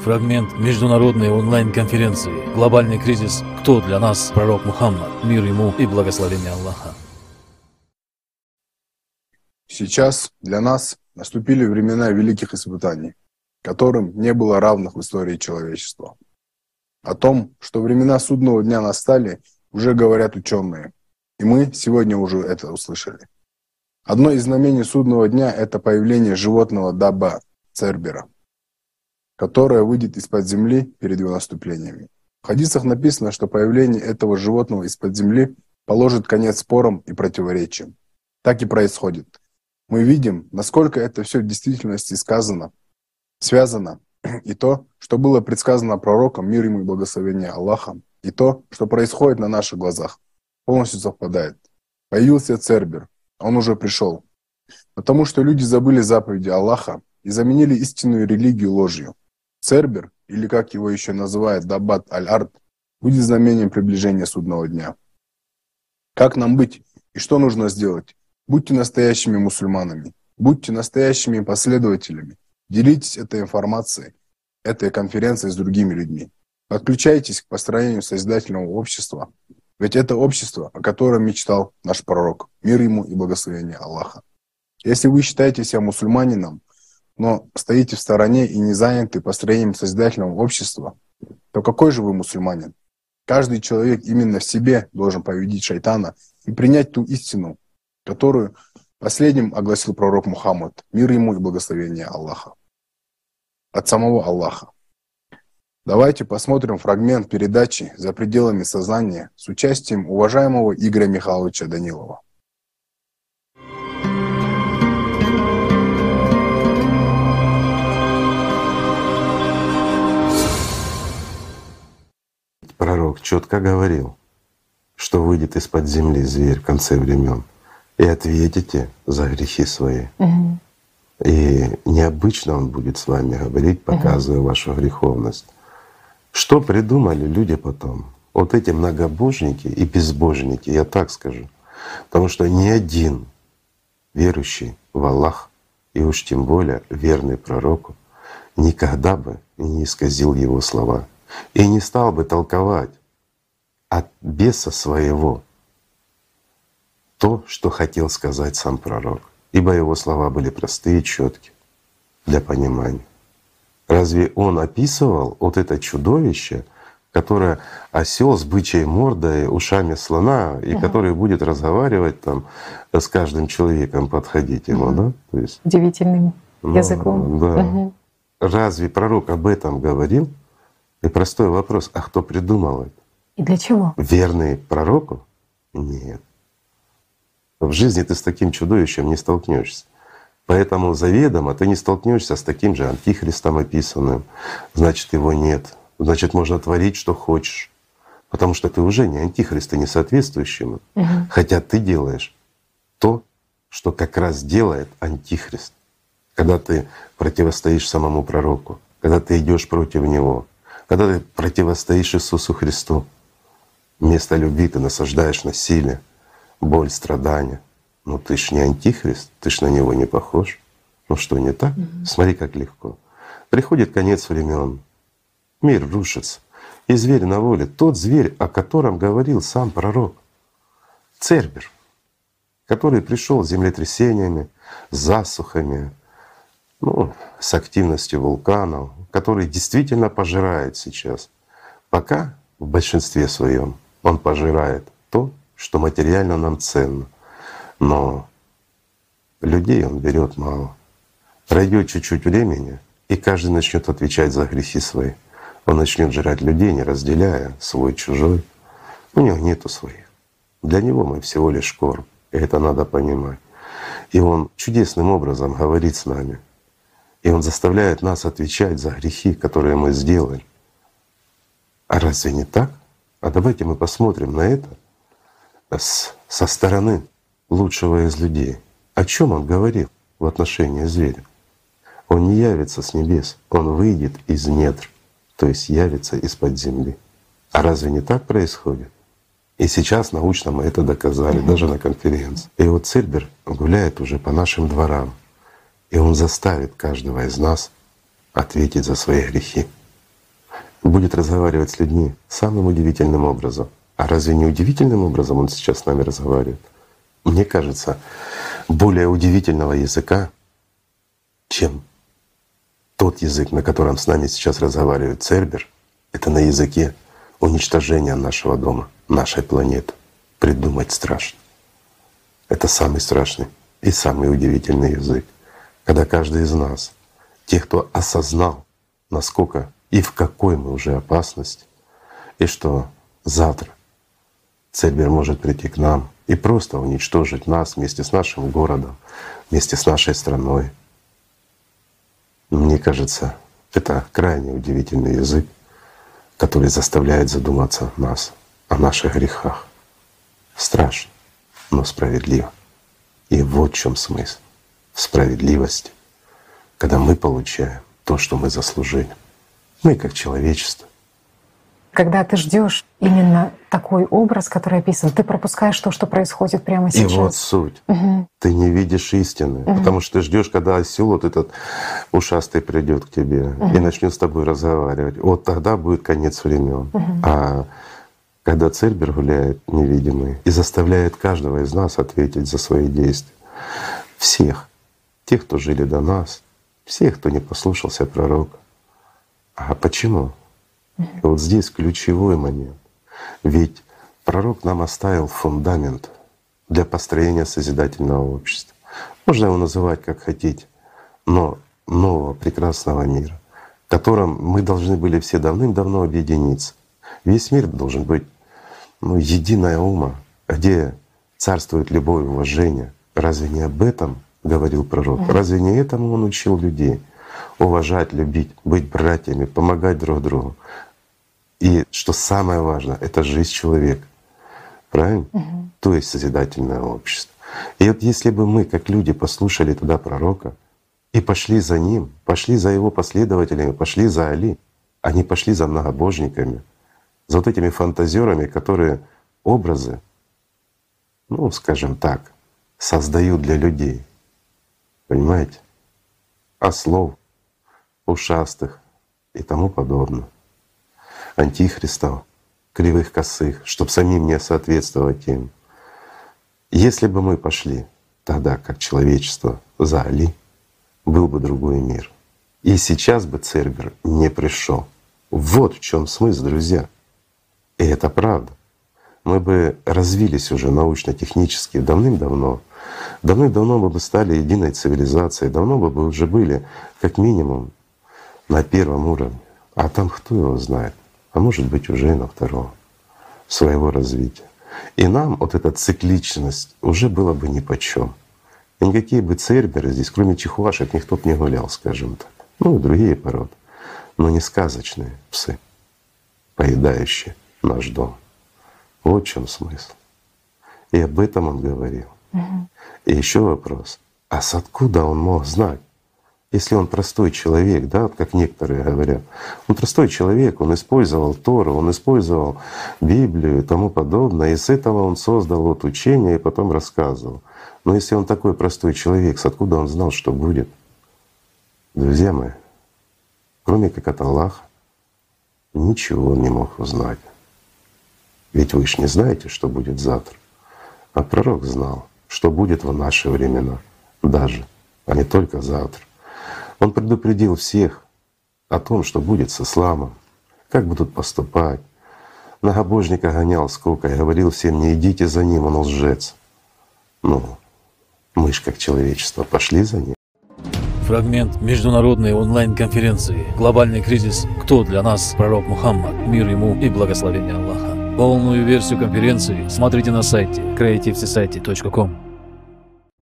Фрагмент международной онлайн-конференции «Глобальный кризис. Кто для нас пророк Мухаммад? Мир ему и благословение Аллаха». Сейчас для нас наступили времена великих испытаний, которым не было равных в истории человечества. О том, что времена судного дня настали, уже говорят ученые, и мы сегодня уже это услышали. Одно из знамений судного дня – это появление животного Даба, Цербера, которое выйдет из-под земли перед его наступлениями. В хадисах написано, что появление этого животного из-под земли положит конец спорам и противоречиям. Так и происходит. Мы видим, насколько это все в действительности сказано, связано, и то, что было предсказано пророком, мир ему и благословение Аллаха, и то, что происходит на наших глазах, полностью совпадает. Появился Цербер, он уже пришел. Потому что люди забыли заповеди Аллаха и заменили истинную религию ложью. Цербер, или как его еще называют Даббат аль-Ард, будет знамением приближения судного дня. Как нам быть и что нужно сделать? Будьте настоящими мусульманами, будьте настоящими последователями, делитесь этой информацией, этой конференцией с другими людьми. Подключайтесь к построению созидательного общества, ведь это общество, о котором мечтал наш пророк, мир ему и благословение Аллаха. Если вы считаете себя мусульманином, но стоите в стороне и не заняты построением созидательного общества, то какой же вы мусульманин? Каждый человек именно в себе должен победить шайтана и принять ту истину, которую последним огласил пророк Мухаммад, мир ему и благословение Аллаха. От самого Аллаха. Давайте посмотрим фрагмент передачи «За пределами сознания» с участием уважаемого Игоря Михайловича Данилова. Пророк четко говорил, что выйдет из-под земли зверь в конце времен, и ответите за грехи свои. И необычно он будет с вами говорить, показывая вашу греховность. Что придумали люди потом? Вот эти многобожники и безбожники, я так скажу. Потому что ни один верующий в Аллах, и уж тем более верный пророку, никогда бы не исказил его слова и не стал бы толковать от беса своего то, что хотел сказать сам пророк. Ибо его слова были простые и четкие для понимания. Разве он описывал вот это чудовище, которое осел с бычьей мордой, ушами слона, и который будет разговаривать там с каждым человеком, подходить ему, да? То есть, удивительным языком. Да. Разве пророк об этом говорил? И простой вопрос: а кто придумал это? И для чего? Верный пророку? Нет. В жизни ты с таким чудовищем не столкнешься. Поэтому заведомо ты не столкнешься с таким же антихристом описанным. Значит, его нет. Значит, можно творить, что хочешь. Потому что ты уже не антихрист и не соответствующий ему. Хотя ты делаешь то, что как раз делает антихрист. Когда ты противостоишь самому пророку, когда ты идешь против него, когда ты противостоишь Иисусу Христу. Вместо любви ты насаждаешь насилие, боль, страдания. Ну ты ж не антихрист, ты ж на него не похож. Ну что, не так? Смотри, как легко. Приходит конец времен, мир рушится, и зверь на воле. Тот зверь, о котором говорил сам пророк, Цербер, который пришел с землетрясениями, с засухами, с активностью вулканов, который действительно пожирает сейчас. Пока в большинстве своем он пожирает то, что материально нам ценно. Но людей он берет мало. Пройдет чуть-чуть времени, и каждый начнет отвечать за грехи свои. Он начнет жрать людей, не разделяя свой-чужой. У него нету своих. Для него мы всего лишь корм. И это надо понимать. И он чудесным образом говорит с нами. И он заставляет нас отвечать за грехи, которые мы сделали. А разве не так? А давайте мы посмотрим на это со стороны лучшего из людей. О чем он говорил в отношении зверя? Он не явится с небес, он выйдет из недр, то есть явится из-под земли. А разве не так происходит? И сейчас научно мы это доказали, даже на конференции. И вот Цербер гуляет уже по нашим дворам, и он заставит каждого из нас ответить за свои грехи. будет разговаривать с людьми самым удивительным образом. А разве не удивительным образом Он сейчас с нами разговаривает? Мне кажется, более удивительного языка, чем тот язык, на котором с нами сейчас разговаривает Цербер, это на языке уничтожения нашего дома, нашей планеты. Придумать страшно. Это самый страшный и самый удивительный язык, когда каждый из нас, тех, кто осознал, насколько и в какой мы уже опасности, и что завтра Цербер может прийти к нам и просто уничтожить нас вместе с нашим городом, вместе с нашей страной. Мне кажется, это крайне удивительный язык, который заставляет задуматься нас о наших грехах. Страшно, но справедливо. И вот в чем смысл справедливости, когда мы получаем то, что мы заслужили. Мы как человечество. Когда ты ждешь именно такой образ, который описан, ты пропускаешь то, что происходит прямо сейчас. И вот суть. Ты не видишь истины, потому что ты ждешь, когда осел вот этот ушастый придет к тебе и начнет с тобой разговаривать. Вот тогда будет конец времен. А когда Цербер гуляет невидимый и заставляет каждого из нас ответить за свои действия, всех, тех, кто жили до нас, всех, кто не послушался пророка. А почему? И вот здесь ключевой момент. Ведь пророк нам оставил фундамент для построения созидательного общества. Можно его называть как хотите, но нового прекрасного мира, в котором мы должны были все давным-давно объединиться. Весь мир должен быть единое ума, где царствует любовь и уважение. Разве не об этом говорил пророк? Разве не этому он учил людей? Уважать, любить, быть братьями, помогать друг другу. И что самое важное, это жизнь человека. Правильно? То есть созидательное общество. И вот если бы мы, как люди, послушали тогда пророка и пошли за ним, пошли за его последователями, пошли за Али, а не пошли за многобожниками, за вот этими фантазерами, которые образы, скажем так, создают для людей. Понимаете? Ослов, ушастых и тому подобное. Антихристов, кривых косых, чтобы самим не соответствовать им. Если бы мы пошли тогда, как человечество, за Али, был бы другой мир. И сейчас бы Цербер не пришел. Вот в чем смысл, друзья. И это правда. Мы бы развились уже научно-технически давным-давно. Давным-давно мы бы стали единой цивилизацией, давно бы уже были как минимум на первом уровне. А там кто его знает? А может быть уже и на втором своего развития. И нам вот эта цикличность уже была бы нипочём. И никакие бы Церберы здесь, кроме чихуашек, никто бы не гулял, скажем так. И другие породы. Но не сказочные псы, поедающие наш дом. Вот в чем смысл. И об этом он говорил. И еще вопрос: а с откуда он мог знать? Если он простой человек, да, как некоторые говорят, он простой человек, он использовал Тору, он использовал Библию и тому подобное, и с этого он создал вот учение и потом рассказывал. Но если он такой простой человек, с откуда он знал, что будет? Друзья мои, кроме как от Аллаха, ничего он не мог узнать. Ведь вы ж не знаете, что будет завтра. А пророк знал, что будет в наши времена даже, а не только завтра. Он предупредил всех о том, что будет с исламом, как будут поступать. Многобожника гонял сколько и говорил всем: не идите за ним, он лжец. Мы ж как человечество пошли за ним. Фрагмент международной онлайн-конференции «Глобальный кризис. Кто для нас пророк Мухаммад? Мир ему и благословение Аллаха». Полную версию конференции смотрите на сайте creativesociety.com.